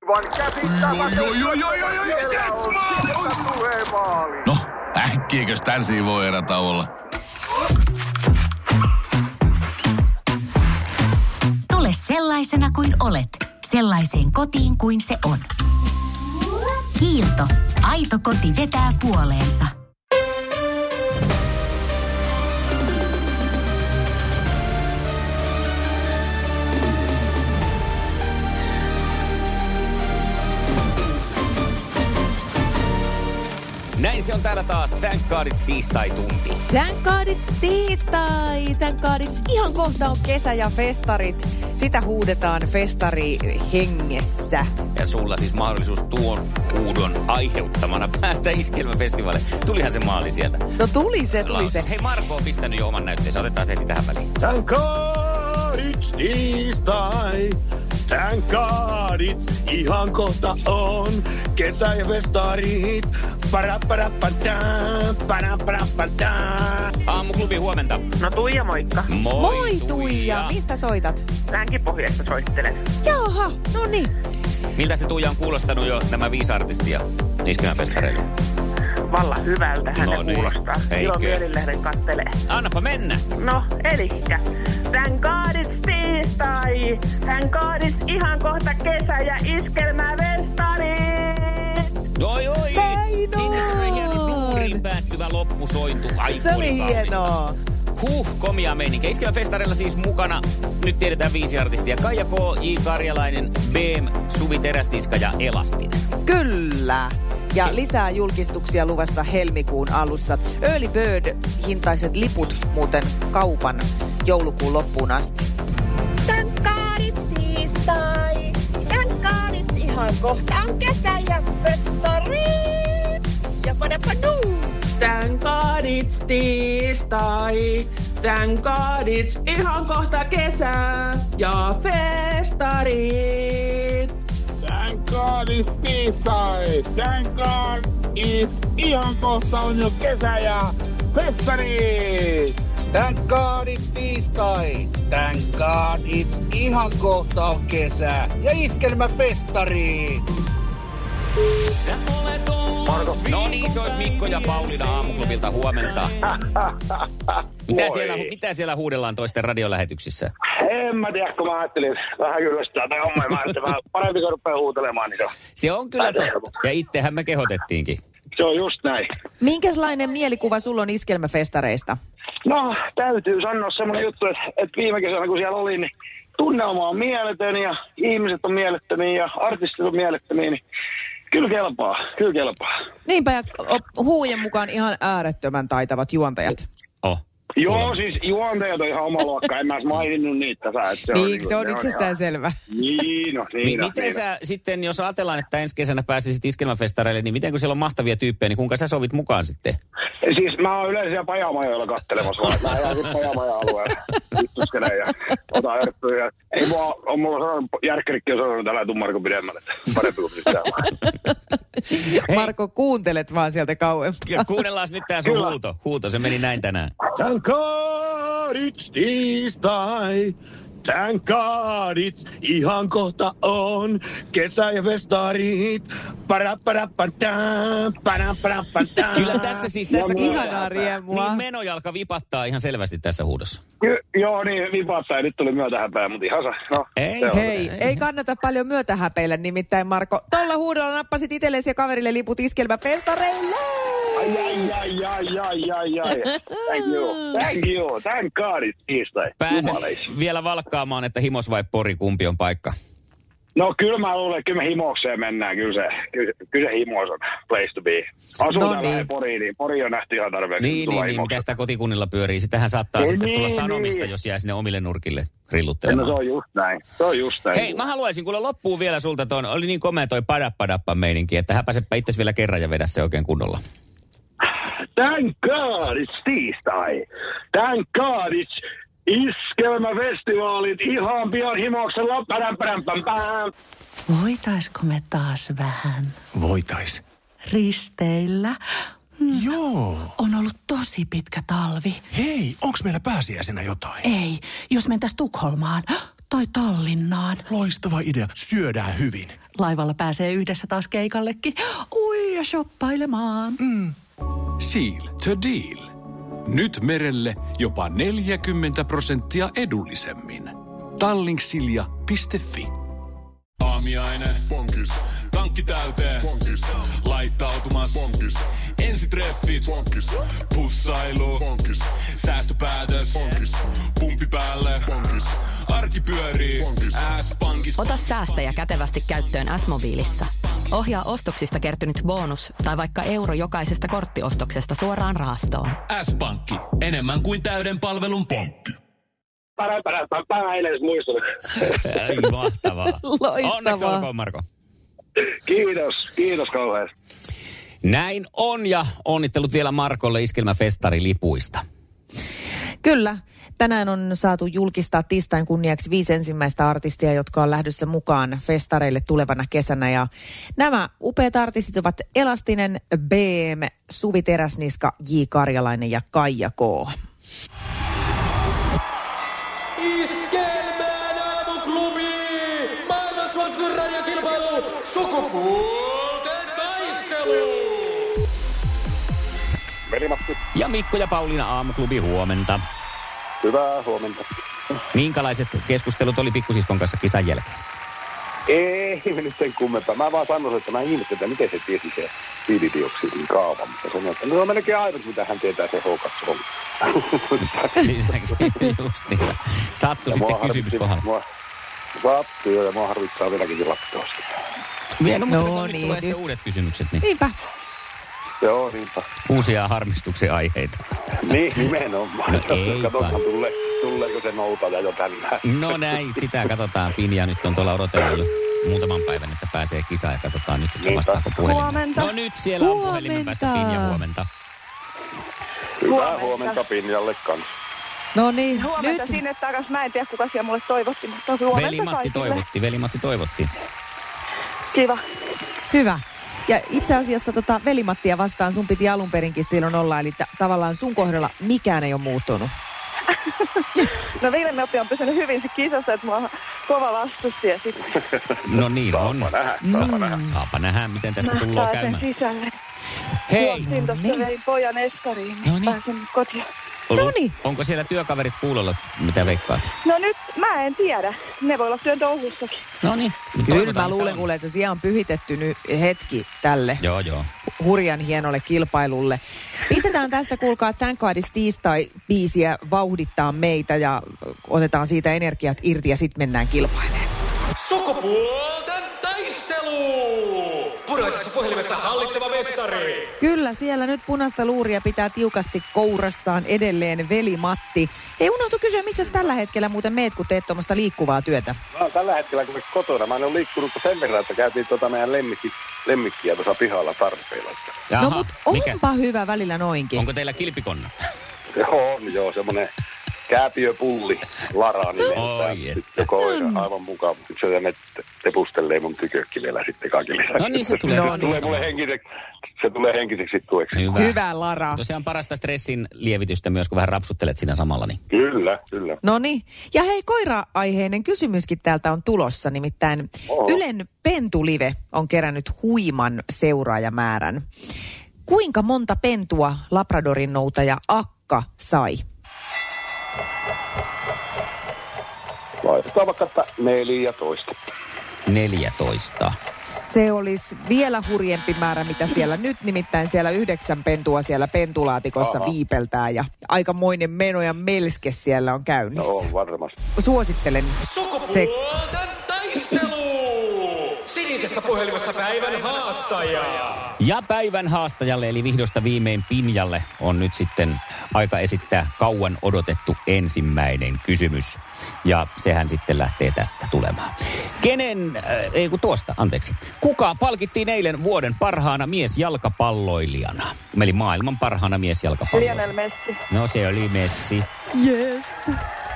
aivan käsittämätöntä. No, äkkiäkös tän voi erätä olla? Tule sellaisena kuin olet, sellaiseen kotiin kuin se on. Kiilto. Aito koti vetää puoleensa. Näin se on täällä taas. Thank God it's tiistai-tunti. Thank God it's tiistai. Thank God it's ihan kohta on kesä ja festarit. Sitä huudetaan festari hengessä. Ja sulla siis mahdollisuus tuon huudon aiheuttamana päästä Iskelmäfestivaalille. Tulihan se maali sieltä. No tuli se. Hei, Marko on pistänyt jo oman näytteensä. Otetaan se heti tähän väliin. Thank God it's tiistai. Thank God it's ihan kohta on kesä ja festarit. Aamuklubi, huomenta. No Tuija, moikka. Moi Tuija. Mistä soitat? Länki-Pohjasta soittelen. Jaha, no niin. Miltä se Tuija on kuulostanut jo nämä 5 artistia Iskelmäfestareille? Vallan hyvältä hän No niin, kuulostaa. eikö? Ilo mielilehden kattelee. Annapa mennä. No, elikkä. Thank God it's tiistai. Thank God it's ihan kohta kesä ja Iskelmäfestari. Oi. Näin Sinne se on. hieno duuriin päättyvä loppusointu. Ai, Se oli hienoa. Komia meininkiä. Iskelmäfestareilla siis mukana, nyt tiedetään 5 artistia. Kaija K, J. Karjalainen, BM, Suvi Terästiska ja Elastinen. Kyllä. Ja lisää julkistuksia luvassa helmikuun alussa. Early Bird-hintaiset liput muuten kaupan joulukuun loppuun asti. Thank God it's tiistai. Thank God it's ihan kohta on kesä ja festari. Ja padapadu. Thank God it's tiistai. Thank God it's ihan kohta kesä ja festarit. Thank God it's tiistai. Thank God it's ihan kohta on jo kesä ja festarit. Thank God it's tiistai. Thank God it's ihan kohta on kesä ja Iskelmäfestari. No niin, se olisi Mikko ja Pauliina Aamuklubilta. Huomenta. Mitä siellä huudellaan toisten radiolähetyksissä? En mä tiedä, kun mä ajattelin vähän kyllästää tai homma. Mä ajattelin, parempi kun rupeaa huutelemaan, niin se on. Se on kyllä totta. Ja itsehän me kehotettiinkin. Se on just näin. Minkälainen mielikuva sulla on Iskelmäfestareista? No, täytyy sanoa semmoinen juttu, että viime kesänä kun siellä oli, niin tunnelma on mieletön ja ihmiset on mielettömiä ja artistit on mielettömiä, niin kyllä kelpaa. Niinpä, ja huujen mukaan ihan äärettömän taitavat juontajat. Joo, siis juontajat on ihan oma luokka, en mä edes maininnut niitä. Se on itsestään selvä. Miten sä sitten, jos ajatellaan, että ensi kesänä pääsisit Iskelmäfestareille, niin miten kun siellä on mahtavia tyyppejä, niin kuinka sä sovit mukaan sitten? Siis mä oon yleensä siellä pajamajoilla kattelemassa, vaan mä jään sitten pajamaja-alueella istuskelen ja otan hörppyjä. Ei on mulla sanonut, Järkkärikki on sanonut, että älä tuu Marko pidemmälle, että parempi kuin pistää. Marko, kuuntelet vaan sieltä kauempaa. Ja kuunnellaan nyt tää sun huuto, se meni näin tänään. Thank God it's tiistai. Thank God it's ihan kohta on kesä ja festarit. Kyllä tässä ihanaa riemua. Niin menojalka vipattaa ihan selvästi tässä huudossa. Joo, niin vipattaa ja nyt tuli myötähäpää, mutta ihan no. Ei kannata paljon myötähäpeillä nimittäin, Marko. Tuolla huudolla nappasit itsellesi ja kaverille liput Iskelmäfestareille. Ai. Thank you. Thank God it's tiistai. Pääset vielä valkkaamaan, että Himos vai Pori, kumpi on paikka? No kyllä mä luulen, että kyllä me Himokseen mennään. Kyllä se Himos on place to be. Asutaan vähän Poriin, niin Pori on nähty ihan tarpeeksi. Niin, mitä sitä kotikunnilla pyörii. Sitähän saattaa sitten tulla sanomista, jos jää sinne omille nurkille rilluttelemaan. No se on just näin. Hei, mä haluaisin kuule loppuun vielä sulta oli niin komea toi padappadappan meininki, että häpäsepä itses vielä kerran ja vedä se oikein kunnolla. Thank God it's tiistai. Thank God it's Iskelmäfestivaalit ihan pian Himoksella. Voitaisko me taas vähän? Voitais. Risteillä? Joo. On ollut tosi pitkä talvi. Hei, onks meillä pääsiäisenä jotain? Ei, jos mentäis Tukholmaan tai Tallinnaan. Loistava idea. Syödään hyvin. Laivalla pääsee yhdessä taas keikallekin. Ui, ja shoppailemaan. Seal to deal. Nyt merelle jopa 40% edullisemmin. Tallingsilja.fi. Aamiainen. Bonkis. Tankki täyteen. Bonkis. Laittautumas. Bonkis. Ensitreffit. Bonkis. Pussailu. Bonkis. Säästöpäätös. Bonkis. Pumpi päälle. Bonkis. Arki pyörii. S-pankis. Ota säästäjä kätevästi käyttöön S-mobiilissa. Ohjaa ostoksista kertynyt bonus tai vaikka euro jokaisesta korttiostoksesta suoraan rahastoon. S-pankki. Enemmän kuin täyden palvelun pankki. Mä en edes muistanut. Mahtavaa. Loistavaa. Onneksi olkoon, Marko. Kiitos kauheasti. Näin on ja onnittelut vielä Markolle iskelmäfestarilipuista. Kyllä. Tänään on saatu julkistaa tiistain kunniaksi 5 ensimmäistä artistia, jotka on lähdössä mukaan festareille tulevana kesänä. Ja nämä upeat artistit ovat Elastinen, BM, Suvi Teräsniska, J. Karjalainen ja Kaija K. Iskelmään aamuklubi! Maailman suosituin radiokilpailu! Sukupuolten taistelu! Veli-Matti. Ja Mikko ja Pauliina aamuklubi, huomenta. Hyvää huomenta. Minkälaiset keskustelut oli pikkusiskon kanssa kisan jälkeen? Ei me nyt sen kummempaa. Mä vaan sanoin, että mä ihmettelin, että miten se tiesi se hiilidioksidin kaava. Mutta sanoin, että no on melkein aivan, mitä hän tietää se H2O. Lisäksi just niin. Sattui sitten kysymys kohdalla. Sattui jo ja mua harvittaa vieläkin laktoosia. No, mutta nyt tulee sitten uudet kysymykset. Niin. Niinpä. Joo, niinpä. Uusia harmistuksen aiheita. Niin, nimenomaan. No ei. Katsotaan, tuleeko se noutaja jo tänään. No näin, sitä katsotaan. Pinja nyt on tuolla odotellut jo muutaman päivän, että pääsee kisaan ja katsotaan nyt, että vastaako puhelimen. Huomenta. No nyt siellä on puhelimen päässä Pinja, huomenta. Hyvää huomenta Pinjalle kanssa. No niin, huomenta nyt. sinne takas. Mä en tiedä, kuka siellä mulle toivotti, mutta huomenta Veli-Matti toivotti. Kiva. Hyvä. Ja itse asiassa Veli-Mattia vastaan sun piti alun perinkin silloin olla, eli tavallaan sun kohdalla mikään ei ole muuttunut. No Veli-Matti on pysynyt hyvin se kisassa, että mua on kova vastusti ja sitten... No niin on. Saapa nähdä, miten tässä tullaan käymään. Mä pääsen sisälle. Hei! Juoksin tuossa vein pojan eskariin, niin pääsen kotiin. Noniin. Onko siellä työkaverit kuulolla, mitä veikkaat? No nyt mä en tiedä. Ne voi olla työn touhussakin. No niin. Kyllä mä luulen, että siellä on pyhitetty nyt hetki tälle Joo. hurjan hienolle kilpailulle. Pistetään tästä, kuulkaa, Thank God It's Tiistai-biisiä vauhdittaa meitä ja otetaan siitä energiat irti ja sitten mennään kilpailemaan. Sukupuolten taistelu! Puraisessa puhelimessa hallitseva mestari. Kyllä, siellä nyt punaista luuria pitää tiukasti kourassaan edelleen Veli-Matti. Ei unohtu kysyä, missä tällä hetkellä muuten meet, kun teet tuommoista liikkuvaa työtä? Mä oon tällä hetkellä kun kotona. Mä en ole liikkunut sen verran, että käytiin meidän lemmikkiä tuossa pihalla tarpeilla. Jaha, no mut onpa hyvä välillä noinkin. Onko teillä kilpikonna? Joo, semmonen kääpiöpulli Lara nimeltään. Sitten koira, aivan mukava. Se tepustelee mun tykökki vielä sitten kaikille lisäksi. No niin, se tulee. Se tulee henkiseksi tueksi. Hyvä Lara. Tosiaan parasta stressin lievitystä myös, kun vähän rapsuttelet siinä samalla. Niin. Kyllä. No niin. Ja hei, koira-aiheinen kysymyskin täältä on tulossa. Nimittäin Ylen Pentulive on kerännyt huiman seuraajamäärän. Kuinka monta pentua Labradorin noutaja Akka sai? Laitetaan vaikka 14. 14. Se olisi vielä hurjempi määrä, mitä siellä nyt. Nimittäin siellä 9 pentua siellä pentulaatikossa viipeltää ja aikamoinen meno ja melske siellä on käynnissä. No on varmasti. Suosittelen. Sukupuolten taistelu! Sinisessä puhelimessa päivän haastaja. Ja päivän haastajalle, eli vihdosta viimein Pinjalle, on nyt sitten aika esittää kauan odotettu ensimmäinen kysymys. Ja sehän sitten lähtee tästä tulemaan. Kuka palkittiin eilen vuoden parhaana miesjalkapalloilijana? Eli maailman parhaana miesjalkapalloilijana. Lionel Messi. No se oli Messi. Yes.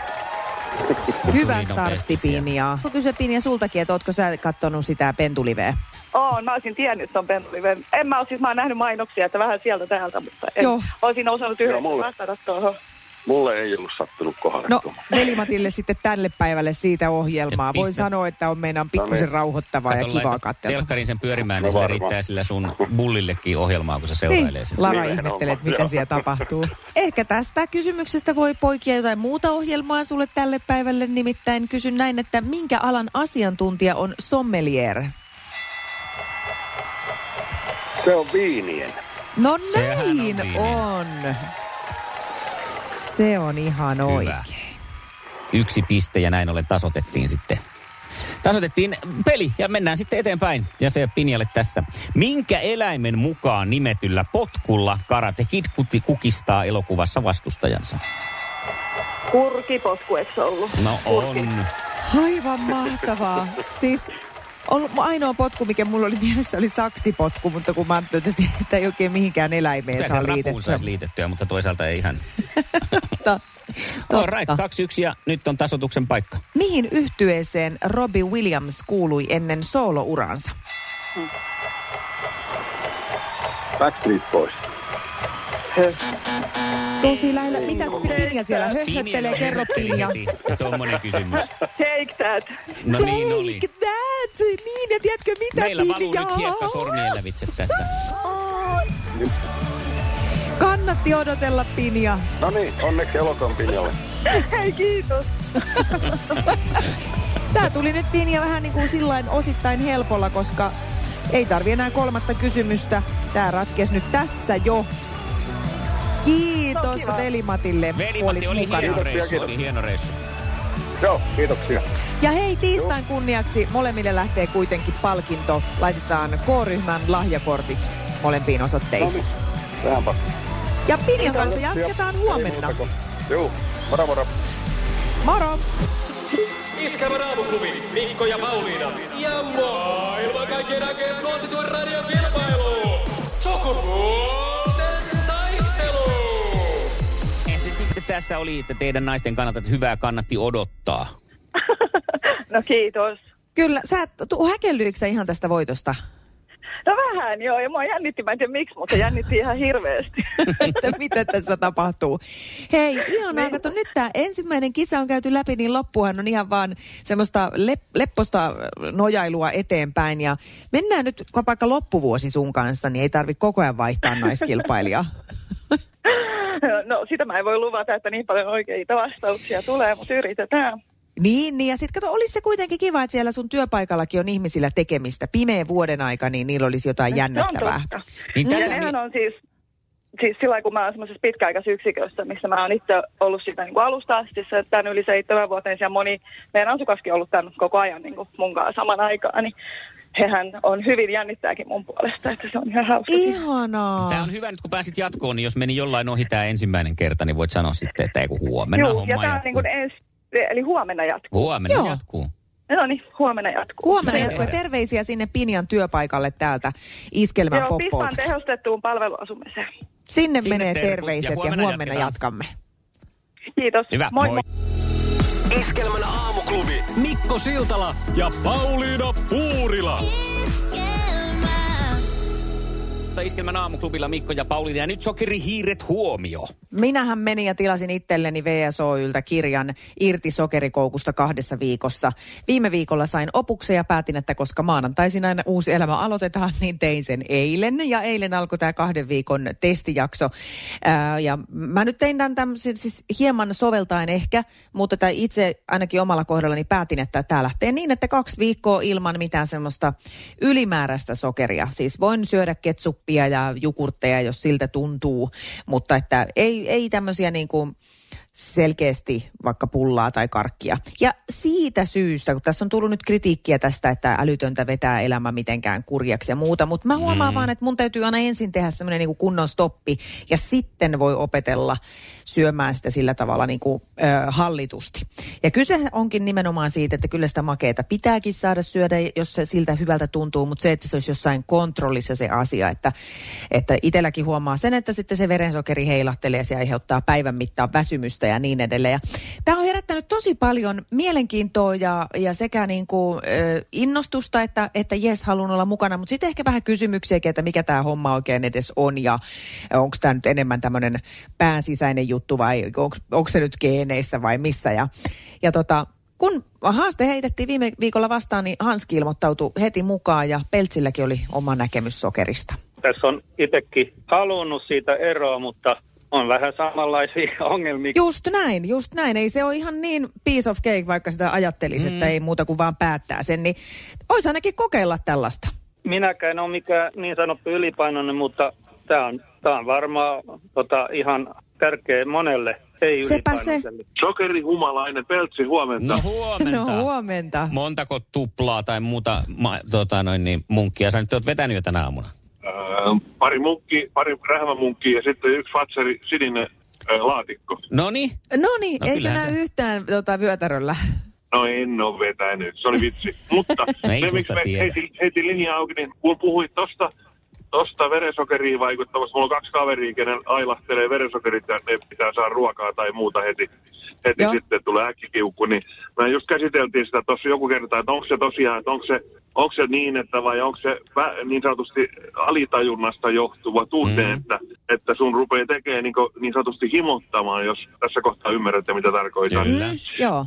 Hyvä startti, Pinja. Kysy Pinja sultakin, että ootko sä kattonut sitä Pentuliveä? Mä olisin tiennyt, että se on Pentulive. Mä oon nähnyt mainoksia, että vähän sieltä täältä, mutta olisin osannut yhdessä vastata tuohon. Mulle ei ollut sattunut kohdalle. No, Veli-Matille sitten tälle päivälle siitä ohjelmaa. Voin sanoa, että on meidän pikkusen rauhoittavaa ja kivaa katsella. Telkkarin sen pyörimään, niin sillä riittää sillä sun bullillekin ohjelmaa, kun se seurailee sen. Lara ihmettelee, että mitä siellä tapahtuu. Ehkä tästä kysymyksestä voi poikia jotain muuta ohjelmaa sulle tälle päivälle. Nimittäin kysyn näin, että minkä alan asiantuntija on sommelier? Se on viinien. No näin on. Se on ihan oikein. 1 piste ja näin ollen tasoitettiin peli ja mennään sitten eteenpäin. Ja se Pinjalle tässä. Minkä eläimen mukaan nimetyllä potkulla Karate Kid kukistaa elokuvassa vastustajansa? Kurkipotku, eikö se ollut? No on. Aivan mahtavaa. Siis ainoa potku, mikä mulla oli mielessä, oli saksipotku, mutta kun mä ajattelin, että sitä ei oikein mihinkään eläimeen saa liitettyä. Rapuun saisi liitettyä, mutta toisaalta ei ihan. All right, 2-1 ja nyt on tasoituksen paikka. Mihin yhtyeeseen Robbie Williams kuului ennen soolouransa? Backstreet Boys. Tosi lähellä. Mitäs Pinja siellä höhöttelee? Kerro Pinja. Tuommoinen kysymys. Take that. No Take niin oli. That. Niin, ja tiedätkö mitä, meillä Pinja? valuu nyt hiekka sormien lävitse tässä. Kannatti odotella, Pinja. No niin, onneksi elokuvan Pinjalle. Hei, kiitos. Tää tuli nyt Pinja vähän niin kuin sillain osittain helpolla, koska ei tarvi enää 3. kysymystä. Tää ratkesi nyt tässä jo. Kiitos Veli-Matille. Veli-Matti oli hieno reissu. Joo, kiitoksia. Ja hei, tiistain kunniaksi molemmille lähtee kuitenkin palkinto. Laitetaan K-ryhmän lahjakortit molempiin osoitteisiin. Vähän vasta. Ja Pinjan kanssa jatketaan huomenna. Joo, moro moro. Moro! Iskelmän aamuklubi, Mikko ja Pauliina. Ja maailman kaikkien aikeen suosituen radiokilpailu. Sukupuolten taistelu. Se sitten tässä oli, että teidän naisten kannalta, että hyvää kannatti odottaa. No kiitos. Kyllä, häkellyikö sä ihan tästä voitosta? No vähän joo, ja mua jännitti, mä en tiedä miksi, mutta jännitti ihan hirveästi. Että mitä tässä tapahtuu. Hei, ihanaa, kato nyt tämä ensimmäinen kisa on käyty läpi, niin loppuhan on ihan vaan semmoista lepposta nojailua eteenpäin. Ja mennään nyt vaikka loppuvuosi sun kanssa, niin ei tarvitse koko ajan vaihtaa naiskilpailijaa. No sitä mä en voi luvata, että niin paljon oikeita vastauksia tulee, mutta yritetään. Niin, ja sitten kato, olisi se kuitenkin kiva, että siellä sun työpaikallakin on ihmisillä tekemistä. Pimeä vuoden aika, niin niillä olisi jotain jännättävää. Niin ja nehän on siis sillä kun mä oon semmoisessa pitkäaikaisyksikössä, missä mä oon itse ollut sitä niin kuin alusta asti, tämän yli 7 vuoteen, ja moni meidän asukaskin ollut tämän koko ajan niin kuin mun kanssa saman aikaan, niin hehän on hyvin jännittääkin mun puolesta, että se on ihan hauska. Ihanaa. Tämä on hyvä nyt, kun pääsit jatkoon, niin jos meni jollain ohi tämä ensimmäinen kerta, niin voit sanoa sitten, että ei kun huomenna homma jatkuu. Ja tämä on niin kuin eli huomenna jatkuu. Huomenna jatkuu. No niin, huomenna jatkuu. Huomenna jatkuu. Terveisiä sinne Pinjan työpaikalle täältä Iskelmän Poppoilta. Joo, pistaan tehostettuun palveluasumiseen. Sinne menee terveiset ja huomenna jatkamme. Kiitos. Hyvä, moi. moi. Iskelmän aamuklubi, Mikko Siltala ja Pauliina Puurila. Iskelmän aamuklubilla Mikko ja Pauliina ja nyt sokerihiiret huomio. Minähän menin ja tilasin itselleni VSOYltä kirjan Irti sokerikoukusta 2 viikossa. Viime viikolla sain opuksen ja päätin, että koska maanantaisin aina uusi elämä aloitetaan, niin tein sen eilen. Ja eilen alkoi tämä 2 viikon testijakso. Ja mä nyt tein tämän tämmöisen siis hieman soveltaen ehkä, mutta itse ainakin omalla kohdallani päätin, että tämä lähtee niin, että 2 viikkoa ilman mitään semmoista ylimääräistä sokeria. Siis voin syödä ketsuppia ja jogurtteja, jos siltä tuntuu, mutta että ei tämmöisiä niin kuin selkeästi vaikka pullaa tai karkkia. Ja siitä syystä, kun tässä on tullut nyt kritiikkiä tästä, että älytöntä vetää elämä mitenkään kurjaksi ja muuta, mutta mä huomaan vaan, että mun täytyy aina ensin tehdä semmoinen niin kuin kunnon stoppi ja sitten voi opetella syömään sitä sillä tavalla niin kuin, hallitusti. Ja kyse onkin nimenomaan siitä, että kyllä sitä makeeta pitääkin saada syödä, jos se siltä hyvältä tuntuu, mutta se, että se olisi jossain kontrollissa se asia, että itselläkin huomaa sen, että sitten se verensokeri heilahtelee ja se aiheuttaa päivän mittaan väsymystä. väsymystä ja niin edelleen. Tämä on herättänyt tosi paljon mielenkiintoa ja sekä niin kuin, innostusta, että jes, haluan olla mukana, mutta sitten ehkä vähän kysymyksiä, että mikä tämä homma oikein edes on ja onko tämä nyt enemmän tämmöinen päänsisäinen juttu vai onko se nyt geeneissä vai missä. Ja kun haaste heitettiin viime viikolla vastaan, niin Hanski ilmoittautui heti mukaan ja Peltsilläkin oli oma näkemys sokerista. Tässä on itsekin halunnut siitä eroa, mutta on vähän samanlaisia ongelmia. Just näin. Ei se ole ihan niin piece of cake, vaikka sitä ajattelisi, että ei muuta kuin vaan päättää sen. Niin olisi ainakin kokeilla tällaista. Minäkään en ole mikään niin sanottu ylipainoinen, mutta tämä on varmaan ihan tärkeä monelle. Ei sepä se. Sokerihumalainen Peltsi, huomenta. No huomenta. Montako tuplaa tai muuta munkkia sä nyt oot vetänyt jo tänä aamuna? Pari rähmämunkkia ja sitten yksi Fatseri sininen laatikko. Noniin, eikä näy yhtään vyötäröllä. No en ole vetänyt, se oli vitsi. Mutta se, miksi me heitin linjaa auki, niin kun puhuit tosta verensokeriin vaikuttavasta, mulla on 2 kaveria, kenen ailahtelee verensokerit ja ne pitää saada ruokaa tai muuta heti sitten tulee äkkikiukku, niin mä just käsiteltiin sitä tuossa joku kerta, että onko se tosiaan, että onko se niin, että vai onko se niin sanotusti alitajunnasta johtuva tunne, että sun rupeaa tekemään niin sanotusti himottamaan, jos tässä kohtaa ymmärrätte, mitä tarkoitan. Joo.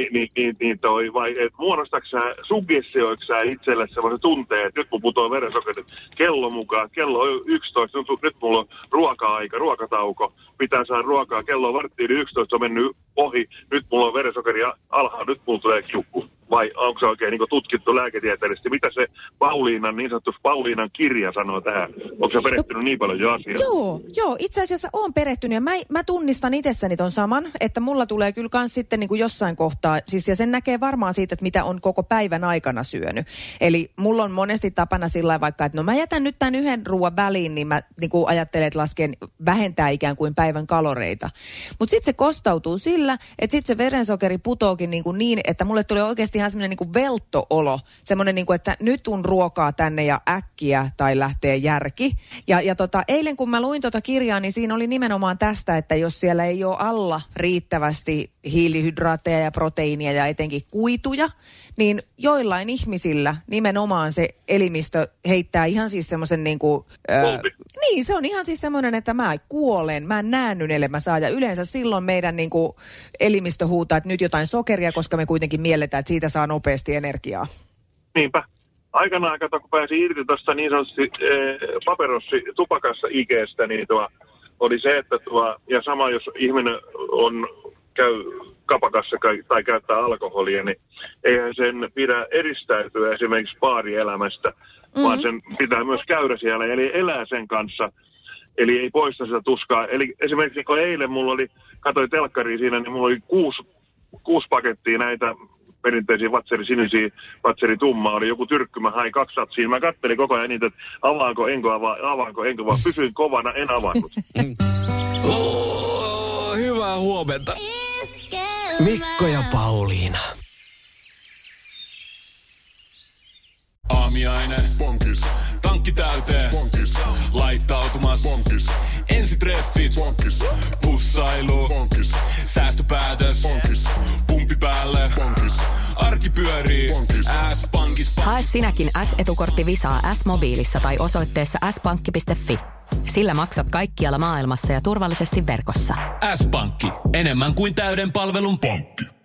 Niin toi, vai muodostatko sä, suggessioiko sä itselle sellaisen tunteen, että nyt mun putoo verensokerit kello mukaan, kello on 11, nyt mulla on ruoka-aika, ruokatauko, pitää saada ruokaa, kello on varttiin 11, on mennyt ohi, nyt mulla on verensokeri alhaalla, nyt mulla tulee kiukku. Vai onko se oikein niin tutkittu lääketieteellisesti? Mitä se Pauliinan, niin sanottu Pauliinan kirja sanoo tähän? Onko se perehtynyt niin paljon jo asiaan? Joo, itse asiassa olen perehtynyt ja mä tunnistan itsessäni ton saman, että mulla tulee kyllä kans sitten niin kuin jossain kohtaa, siis ja sen näkee varmaan siitä, että mitä on koko päivän aikana syönyt. Eli mulla on monesti tapana sillä vaikka, että no mä jätän nyt tämän yhden ruoan väliin, niin mä niin kuin ajattelen, että vähentää ikään kuin päivän kaloreita. Mutta sitten se kostautuu sillä, että sitten se verensokeri putookin niin, että mulle tulee oikeasti ihan semmoinen niin kuin veltto-olo, semmoinen niin kuin, että nyt on ruokaa tänne ja äkkiä tai lähtee järki. Ja eilen kun mä luin kirjaa, niin siinä oli nimenomaan tästä, että jos siellä ei ole alla riittävästi hiilihydraatteja ja proteiinia ja etenkin kuituja, niin joillain ihmisillä nimenomaan se elimistö heittää ihan siis semmoisen niin kuin... niin, se on ihan siis semmoinen, että mä kuolen, mä en näänny, ellei mä saa. Ja yleensä silloin meidän niin kuin elimistö huutaa, että nyt jotain sokeria, koska me kuitenkin mielletään, että siitä saa nopeasti energiaa. Niinpä. Aikanaan, kun pääsi irti tuosta niin sanotusti paperossi-tupakassa ikeestä, niin oli se, että ja sama jos ihminen käy kapakassa tai käyttää alkoholia, niin eihän sen pidä eristäytyä esimerkiksi baarielämästä, vaan sen pitää myös käydä siellä, eli elää sen kanssa, eli ei poista sitä tuskaa. Eli esimerkiksi kun eilen katsoin telkkaria siinä, niin mulla oli 6 pakettia näitä perinteisiä vatseri sinisiä, vatseri tummaa, oli joku tyrkky, mä hain 2 satsia. Mä kattelin koko ajan niitä, että avaanko, enkä vaan pysyin kovana, en avannut. Hyvää huomenta. Mikko ja Pauliina. Aamiainen. Bonkis. Tankki täyteen. Bonkis. Laittautumas. Bonkis. Ensitreffit. Bonkis. Pussailu. Bonkis. Säästöpäätös. Bonkis. Pumpi päälle. Bonkis. Arki pyörii. Bonkis. S-pankis. Hae sinäkin S-etukortti Visaa S-mobiilissa tai osoitteessa s-pankki.fi. Sillä maksat kaikkialla maailmassa ja turvallisesti verkossa. S-pankki. Enemmän kuin täyden palvelun pankki.